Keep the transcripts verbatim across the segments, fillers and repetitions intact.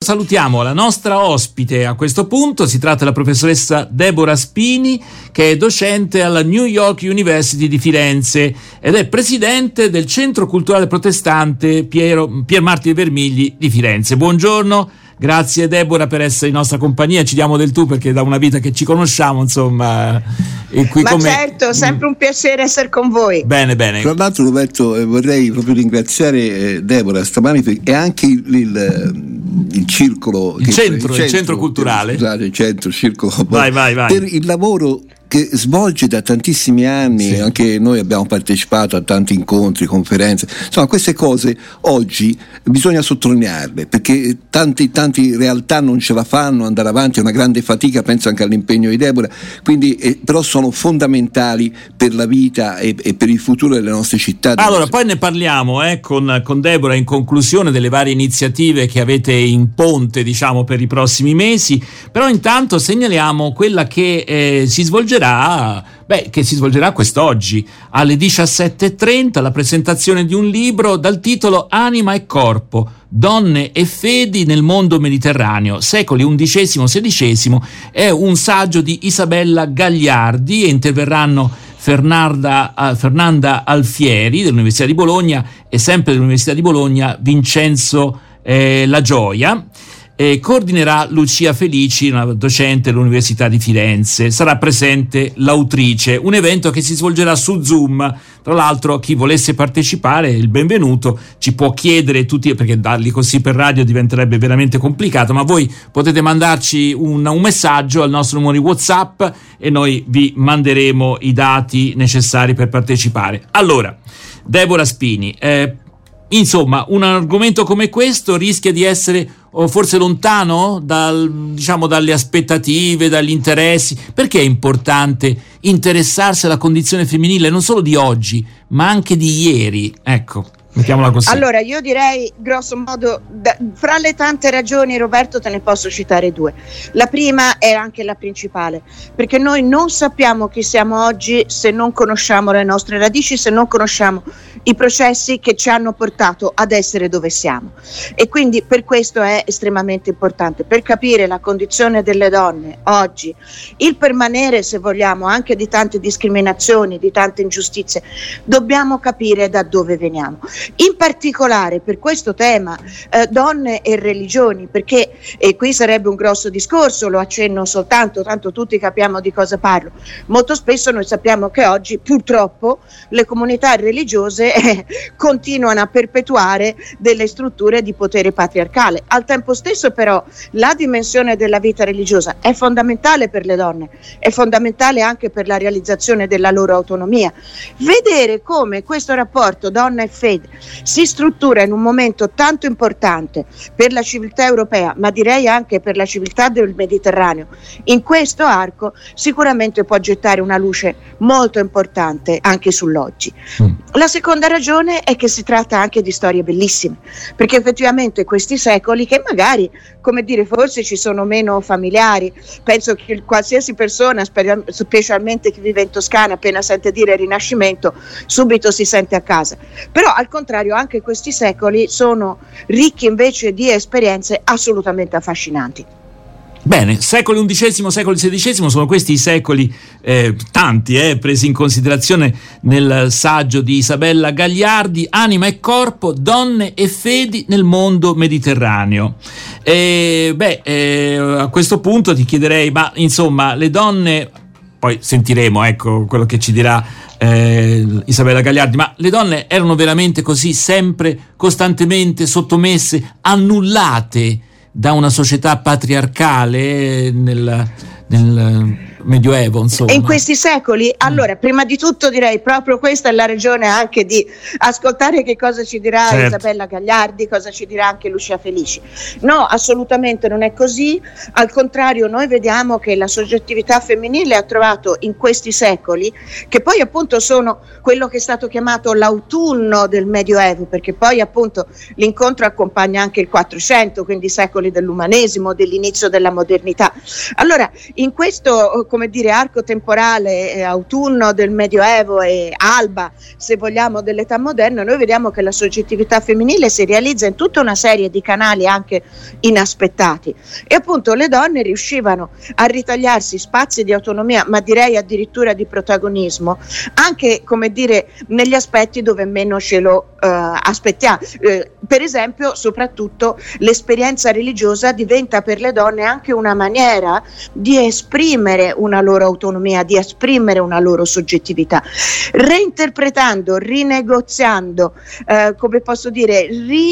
salutiamo la nostra ospite a questo punto. Si tratta della professoressa Deborah Spini, che è docente alla New York University di Firenze ed è presidente del Centro Culturale Protestante Piero, Pier Martire Vermigli di Firenze. Buongiorno. Grazie Deborah per essere in nostra compagnia, ci diamo del tu perché da una vita che ci conosciamo, insomma. E qui Ma come... certo, sempre un piacere essere con voi. Bene, bene. Tra l'altro Roberto, eh, vorrei proprio ringraziare eh, Deborah stamani e anche il, il, il circolo, il, che, centro, il, centro, il centro culturale, scusate, il centro, il circolo, vai, vai, vai. per il lavoro che svolge da tantissimi anni, sì. Anche noi abbiamo partecipato a tanti incontri, conferenze, insomma queste cose oggi bisogna sottolinearle perché tanti tanti realtà non ce la fanno andare avanti, è una grande fatica, penso anche all'impegno di Deborah, quindi eh, però sono fondamentali per la vita e, e per il futuro delle nostre città. Allora poi ne parliamo eh, con, con Deborah in conclusione delle varie iniziative che avete in ponte, diciamo, per i prossimi mesi, però intanto segnaliamo quella che eh, si svolgerà Beh, che si svolgerà quest'oggi alle diciassette e trenta, la presentazione di un libro dal titolo Anima e Corpo, donne e fedi nel mondo mediterraneo, secoli undicesimo sedicesimo. È un saggio di Isabella Gagliardi e interverranno Fernanda, uh, Fernanda Alfieri dell'Università di Bologna e sempre dell'Università di Bologna Vincenzo eh, La Gioia. E coordinerà Lucia Felici, una docente dell'Università di Firenze. Sarà presente l'autrice, un evento che si svolgerà su Zoom. Tra l'altro chi volesse partecipare, il benvenuto, ci può chiedere tutti, perché darli così per radio diventerebbe veramente complicato, ma voi potete mandarci un, un messaggio al nostro numero di WhatsApp e noi vi manderemo i dati necessari per partecipare. Allora, Deborah Spini, eh, insomma, un argomento come questo rischia di essere o forse lontano dal, diciamo, dalle aspettative, dagli interessi. Perché è importante interessarsi alla condizione femminile non solo di oggi, ma anche di ieri? Ecco, mettiamola così. Allora, io direi grosso modo, da, fra le tante ragioni, Roberto, te ne posso citare due. La prima è anche la principale, perché noi non sappiamo chi siamo oggi se non conosciamo le nostre radici, se non conosciamo i processi che ci hanno portato ad essere dove siamo. E quindi per questo è estremamente importante, per capire la condizione delle donne oggi, il permanere, se vogliamo, anche di tante discriminazioni, di tante ingiustizie, dobbiamo capire da dove veniamo. In particolare per questo tema eh, donne e religioni, perché e qui sarebbe un grosso discorso, lo accenno soltanto, tanto tutti capiamo di cosa parlo. Molto spesso noi sappiamo che oggi purtroppo le comunità religiose eh, continuano a perpetuare delle strutture di potere patriarcale. Al tempo stesso però la dimensione della vita religiosa è fondamentale per le donne, è fondamentale anche per la realizzazione della loro autonomia. Vedere come questo rapporto donna e fede si struttura in un momento tanto importante per la civiltà europea, ma direi anche per la civiltà del Mediterraneo, in questo arco sicuramente può gettare una luce molto importante anche sull'oggi. Mm. La seconda ragione è che si tratta anche di storie bellissime, perché effettivamente questi secoli che magari, come dire, forse ci sono meno familiari, penso che qualsiasi persona, specialmente chi vive in Toscana, appena sente dire Rinascimento subito si sente a casa, però al contrario anche questi secoli sono ricchi invece di esperienze assolutamente affascinanti. Bene, secoli undicesimo, secoli sedicesimo sono questi i secoli, eh, tanti, eh, presi in considerazione nel saggio di Isabella Gagliardi, Anima e Corpo, donne e fedi nel mondo mediterraneo. E, beh, eh, a questo punto ti chiederei, ma insomma, le donne, poi sentiremo, ecco, quello che ci dirà eh, Isabella Gagliardi, ma le donne erano veramente così, sempre, costantemente sottomesse, annullate da una società patriarcale nel, nel Medioevo, insomma. E in questi secoli, allora, prima di tutto direi proprio questa è la ragione anche di ascoltare che cosa ci dirà certo. Isabella Gagliardi, cosa ci dirà anche Lucia Felici. No, assolutamente non è così, al contrario noi vediamo che la soggettività femminile ha trovato in questi secoli, che poi appunto sono quello che è stato chiamato l'autunno del Medioevo, perché poi appunto l'incontro accompagna anche il Quattrocento, quindi i secoli dell'umanesimo, dell'inizio della modernità. Allora, in questo come dire, arco temporale eh, autunno del Medioevo e alba, se vogliamo, dell'età moderna, noi vediamo che la soggettività femminile si realizza in tutta una serie di canali anche inaspettati, e appunto le donne riuscivano a ritagliarsi spazi di autonomia, ma direi addirittura di protagonismo, anche, come dire, negli aspetti dove meno ce lo eh, aspettiamo. Eh, per esempio, soprattutto l'esperienza religiosa diventa per le donne anche una maniera di esprimere una loro autonomia, di esprimere una loro soggettività, reinterpretando, rinegoziando, eh, come posso dire,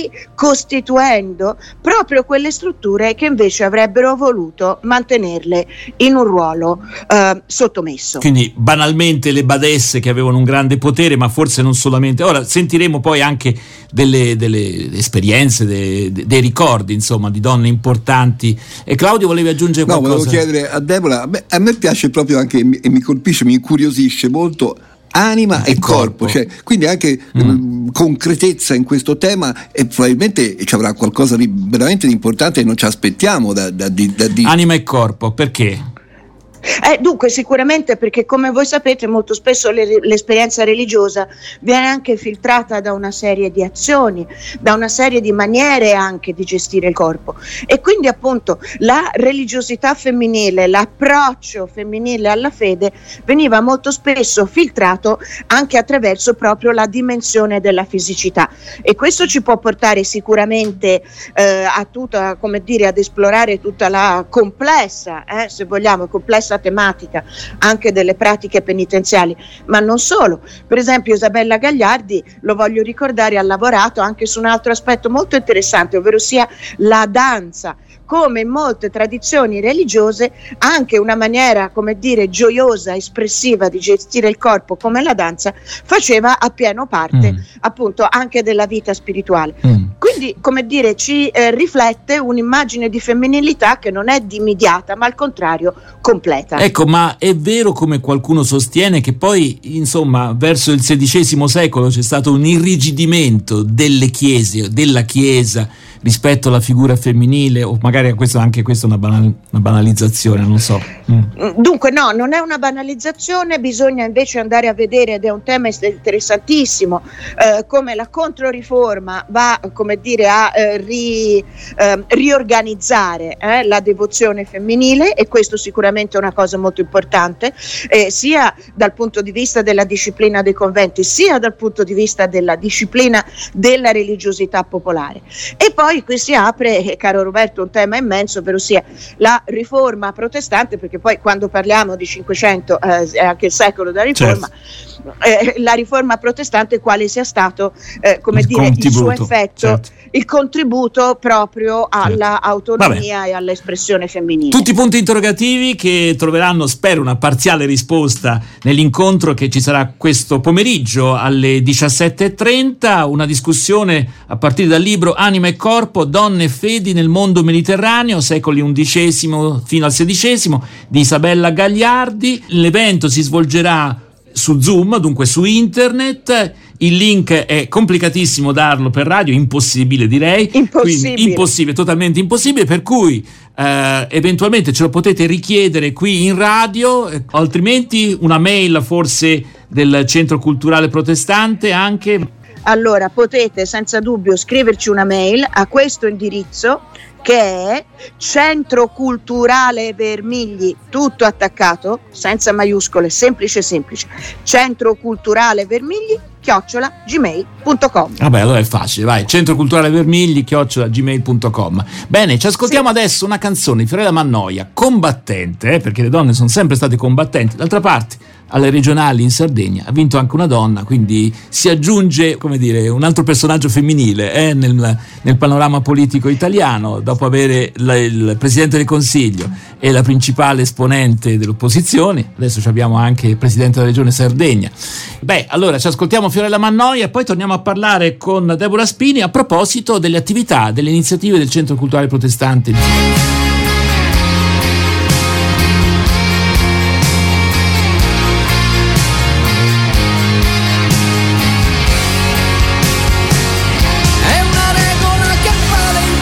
ricostituendo proprio quelle strutture che invece avrebbero voluto mantenerle in un ruolo eh, sottomesso. Quindi banalmente le badesse che avevano un grande potere, ma forse non solamente. Ora sentiremo poi anche delle, delle esperienze, dei, dei ricordi, insomma, di donne importanti. E Claudio, volevi aggiungere qualcosa? No, volevo chiedere a Deborah, a me, a me piace proprio anche, e mi colpisce, mi incuriosisce molto, anima e, e corpo, corpo. Cioè, quindi anche mm. concretezza in questo tema, e probabilmente ci avrà qualcosa di veramente importante che non ci aspettiamo da, da, da, da di... Anima e corpo, perché? Eh, dunque sicuramente perché, come voi sapete, molto spesso le, l'esperienza religiosa viene anche filtrata da una serie di azioni, da una serie di maniere anche di gestire il corpo, e quindi appunto la religiosità femminile, l'approccio femminile alla fede veniva molto spesso filtrato anche attraverso proprio la dimensione della fisicità, e questo ci può portare sicuramente eh, a tutta, come dire, ad esplorare tutta la complessa, eh, se vogliamo, complessa tematica anche delle pratiche penitenziali, ma non solo. Per esempio Isabella Gagliardi, lo voglio ricordare, ha lavorato anche su un altro aspetto molto interessante, ovvero sia la danza, come in molte tradizioni religiose anche una maniera, come dire, gioiosa, espressiva di gestire il corpo come la danza faceva a pieno parte mm. appunto anche della vita spirituale. Mm. Quindi, come dire, ci eh, riflette un'immagine di femminilità che non è dimidiata, ma al contrario completa. Ecco, ma è vero, come qualcuno sostiene, che poi insomma verso il sedicesimo secolo c'è stato un irrigidimento delle chiese, della Chiesa rispetto alla figura femminile, o magari questo, anche questa è una, banal, una banalizzazione, non so. Mm. Dunque no, non è una banalizzazione, bisogna invece andare a vedere, ed è un tema interessantissimo, eh, come la controriforma va, come dire, a eh, ri, eh, riorganizzare eh, la devozione femminile, e questo sicuramente è una cosa molto importante, eh, sia dal punto di vista della disciplina dei conventi, sia dal punto di vista della disciplina della religiosità popolare. E poi qui si apre, eh, caro Roberto, un tema immenso, ovvero sia la riforma protestante, perché poi quando parliamo di Cinquecento eh, è anche il secolo della riforma, certo. eh, la riforma protestante quale sia stato eh, come il dire il suo effetto, certo. il contributo proprio alla certo. autonomia Vabbè. e all'espressione femminile. Tutti punti interrogativi che troveranno, spero, una parziale risposta nell'incontro che ci sarà questo pomeriggio alle diciassette e trenta, una discussione a partire dal libro Anima e Corpo, donne e fedi nel mondo mediterraneo, secoli undicesimo fino al sedicesimo, di Isabella Gagliardi. L'evento si svolgerà su Zoom, dunque su internet. Il link è complicatissimo darlo per radio, impossibile direi, impossibile, quindi, impossibile totalmente impossibile, per cui eh, eventualmente ce lo potete richiedere qui in radio, eh, altrimenti una mail forse del Centro Culturale Protestante anche. Allora potete senza dubbio scriverci una mail a questo indirizzo, che è Centro Culturale Vermigli, tutto attaccato, senza maiuscole, semplice semplice, Centro Culturale Vermigli chiocciola gmail punto com. Vabbè, allora è facile, vai, Centro Culturale Vermigli chiocciola gmail punto com. Bene, ci ascoltiamo sì. adesso una canzone di Fiorella Mannoia, combattente, eh, perché le donne sono sempre state combattenti. D'altra parte alle regionali in Sardegna ha vinto anche una donna, quindi si aggiunge, come dire, un altro personaggio femminile eh, nel, nel panorama politico italiano, dopo avere la, il Presidente del Consiglio e la principale esponente dell'opposizione. Adesso abbiamo anche il Presidente della Regione Sardegna. Beh, allora ci ascoltiamo Fiorella Mannoia e poi torniamo a parlare con Deborah Spini a proposito delle attività, delle iniziative del Centro Culturale Protestante.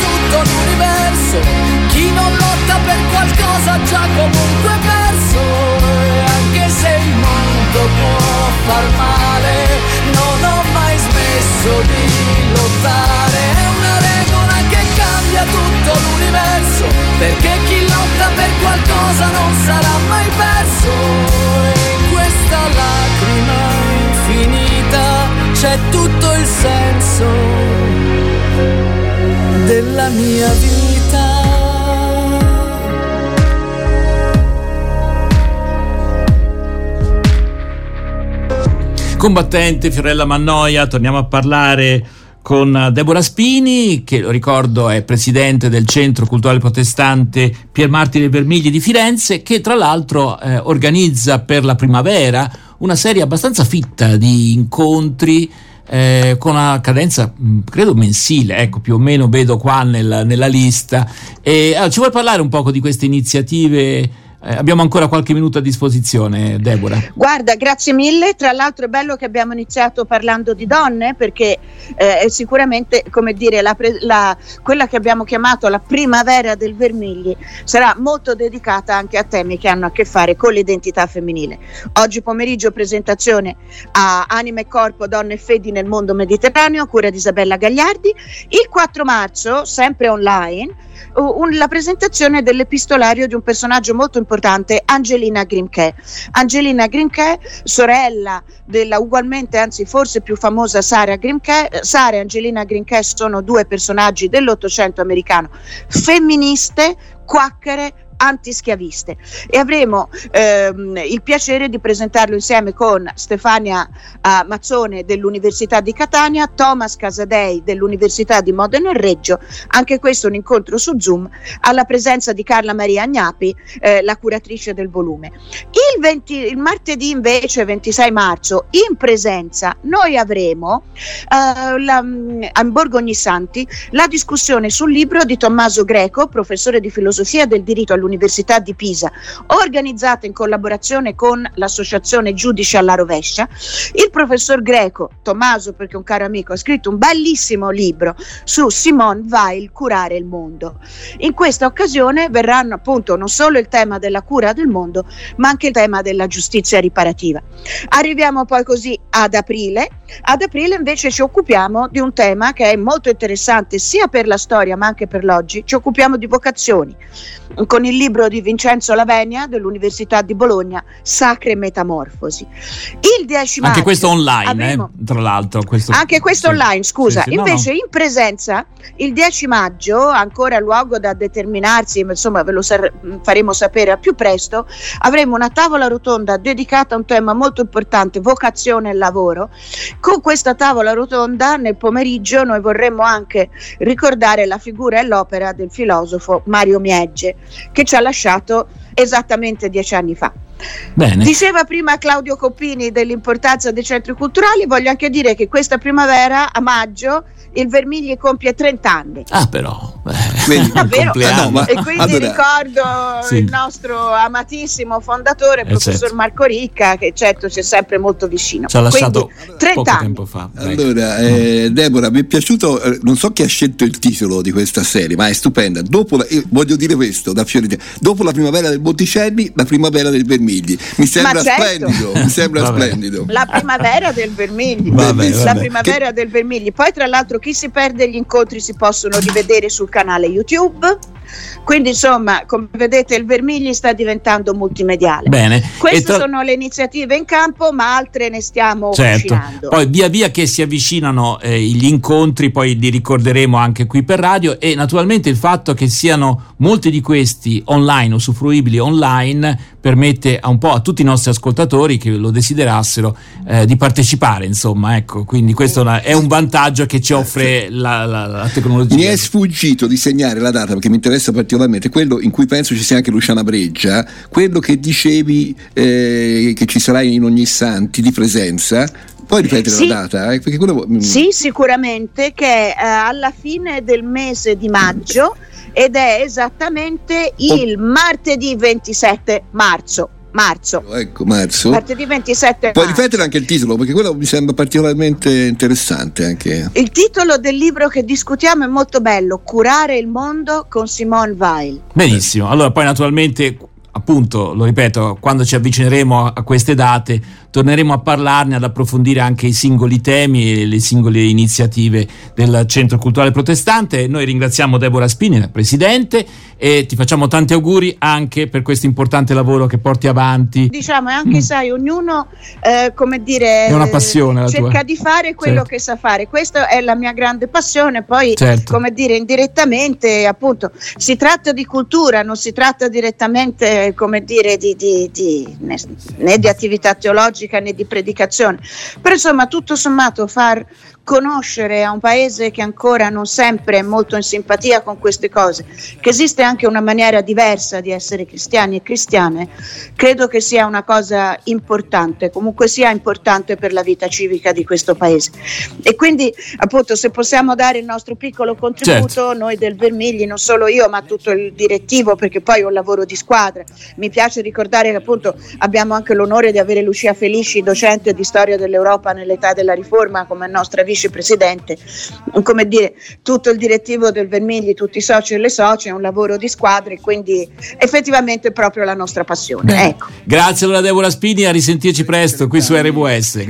Comunque perso. far male, non ho mai smesso di lottare, è una regola che cambia tutto l'universo, perché chi lotta per qualcosa non sarà mai perso, e in questa lacrima infinita c'è tutto il senso della mia vita. Combattente Fiorella Mannoia, torniamo a parlare con Deborah Spini, che lo ricordo è presidente del Centro Culturale Protestante Pier Martire Vermigli di Firenze, che tra l'altro eh, organizza per la primavera una serie abbastanza fitta di incontri eh, con una cadenza mh, credo mensile, ecco, più o meno vedo qua nel, nella lista. E, allora, ci vuoi parlare un poco di queste iniziative? Eh, abbiamo ancora qualche minuto a disposizione, Deborah. Guarda, grazie mille. Tra l'altro è bello che abbiamo iniziato parlando di donne, perché eh, è sicuramente, come dire, la, la, quella che abbiamo chiamato la primavera del Vermigli sarà molto dedicata anche a temi che hanno a che fare con l'identità femminile. Oggi pomeriggio presentazione a Anima e Corpo, Donne e Fedi nel mondo mediterraneo, a cura di Isabella Gagliardi. Il quattro marzo, sempre online, Un, la presentazione dell'epistolario di un personaggio molto importante, Angelina Grimké. Angelina Grimké, sorella della ugualmente, anzi forse più famosa Sara Grimké. Sara e Angelina Grimké sono due personaggi dell'Ottocento americano, femministe, quacchere, antischiaviste, e avremo ehm, il piacere di presentarlo insieme con Stefania uh, Mazzone dell'Università di Catania, Thomas Casadei dell'Università di Modena e Reggio. Anche questo un incontro su Zoom, alla presenza di Carla Maria Agnapi, eh, la curatrice del volume. Il, venti, il martedì invece, ventisei marzo, in presenza noi avremo uh, la, a Borgo Ognissanti la discussione sul libro di Tommaso Greco, professore di filosofia del diritto all'Università Università di Pisa, organizzata in collaborazione con l'associazione Giudici alla Rovescia. Il professor Greco, Tommaso perché è un caro amico, ha scritto un bellissimo libro su Simone Weil, Curare il mondo. In questa occasione verranno appunto non solo il tema della cura del mondo, ma anche il tema della giustizia riparativa. Arriviamo poi così ad aprile. Ad aprile invece ci occupiamo di un tema che è molto interessante sia per la storia ma anche per l'oggi. Ci occupiamo di vocazioni, con il libro di Vincenzo Lavenia dell'Università di Bologna, Sacre Metamorfosi. Il dieci maggio, anche questo online, avremo, eh, tra l'altro questo, anche questo sì, online, scusa, sì, sì, invece no, no. in presenza il dieci maggio, ancora luogo da determinarsi, insomma ve lo sar- faremo sapere a più presto, avremo una tavola rotonda dedicata a un tema molto importante, vocazione e lavoro. Con questa tavola rotonda nel pomeriggio noi vorremmo anche ricordare la figura e l'opera del filosofo Mario Miegge, che ci ha lasciato esattamente dieci anni fa. Bene. Diceva prima Claudio Coppini dell'importanza dei centri culturali, voglio anche dire che questa primavera, a maggio, il Vermigli compie trenta anni. Ah, però Quindi, davvero? Ah, no, ma, e quindi allora, ricordo sì. il nostro amatissimo fondatore, eh, professor certo. Marco Ricca, che certo ci è sempre molto vicino. Ci ha lasciato quindi, trenta poco anni. tempo fa. Allora, eh, Deborah, mi è piaciuto, eh, non so chi ha scelto il titolo di questa serie, ma è stupenda. Dopo la, io voglio dire questo, da Fiorentina, dopo la primavera del Botticelli, la primavera del Vermigli. Mi sembra certo. splendido, mi sembra splendido. La primavera del Vermigli, Vabbè, la vabbè. primavera Che... del Vermigli. Poi tra l'altro chi si perde gli incontri si possono rivedere sul canale YouTube. Quindi insomma, come vedete, il Vermigli sta diventando multimediale. Bene. Queste tra... sono le iniziative in campo, ma altre ne stiamo certo. cucinando. Poi via via che si avvicinano eh, gli incontri, poi li ricorderemo anche qui per radio, e naturalmente il fatto che siano molti di questi online, usufruibili online, permette a un po' a tutti i nostri ascoltatori che lo desiderassero eh, di partecipare, insomma, ecco, quindi questo è, una, è un vantaggio che ci offre la, la, la tecnologia. Mi è sfuggito di segnare la data perché mi interessa particolarmente, quello in cui penso ci sia anche Luciana Breggia, quello che dicevi eh, che ci sarà in Ognissanti di presenza. Puoi ripetere sì, la data? Eh? Perché quello... Sì, sicuramente, che è eh, alla fine del mese di maggio ed è esattamente il oh. martedì ventisette marzo. Marzo. Ecco, marzo. Martedì ventisette Puoi marzo. ripetere anche il titolo, perché quello mi sembra particolarmente interessante anche. Il titolo del libro che discutiamo è molto bello, Curare il mondo con Simone Weil. Benissimo, allora poi naturalmente appunto, lo ripeto, quando ci avvicineremo a queste date torneremo a parlarne, ad approfondire anche i singoli temi e le singole iniziative del Centro Culturale Protestante. Noi ringraziamo Deborah Spini, la presidente, e ti facciamo tanti auguri anche per questo importante lavoro che porti avanti. Diciamo, e anche mm. sai, ognuno eh, come dire, è una passione la cerca tua. di fare quello certo. che sa fare. Questa è la mia grande passione. Poi certo. come dire, indirettamente appunto si tratta di cultura, non si tratta direttamente, come dire, di, di, di né, né di attività teologica né di predicazione, però insomma tutto sommato far conoscere a un paese che ancora non sempre è molto in simpatia con queste cose che esiste anche una maniera diversa di essere cristiani e cristiane, credo che sia una cosa importante, comunque sia importante per la vita civica di questo paese. E quindi appunto, se possiamo dare il nostro piccolo contributo, certo. noi del Vermigli, non solo io ma tutto il direttivo, perché poi è un lavoro di squadra. Mi piace ricordare che appunto abbiamo anche l'onore di avere Lucia Felici, docente di storia dell'Europa nell'età della riforma, come nostra vicepresidente. Come dire, tutto il direttivo del Vermigli, tutti i soci e le socie, è un lavoro di squadra e quindi effettivamente è proprio la nostra passione. Ecco. Grazie allora Deborah Spini, a risentirci presto qui su R W S.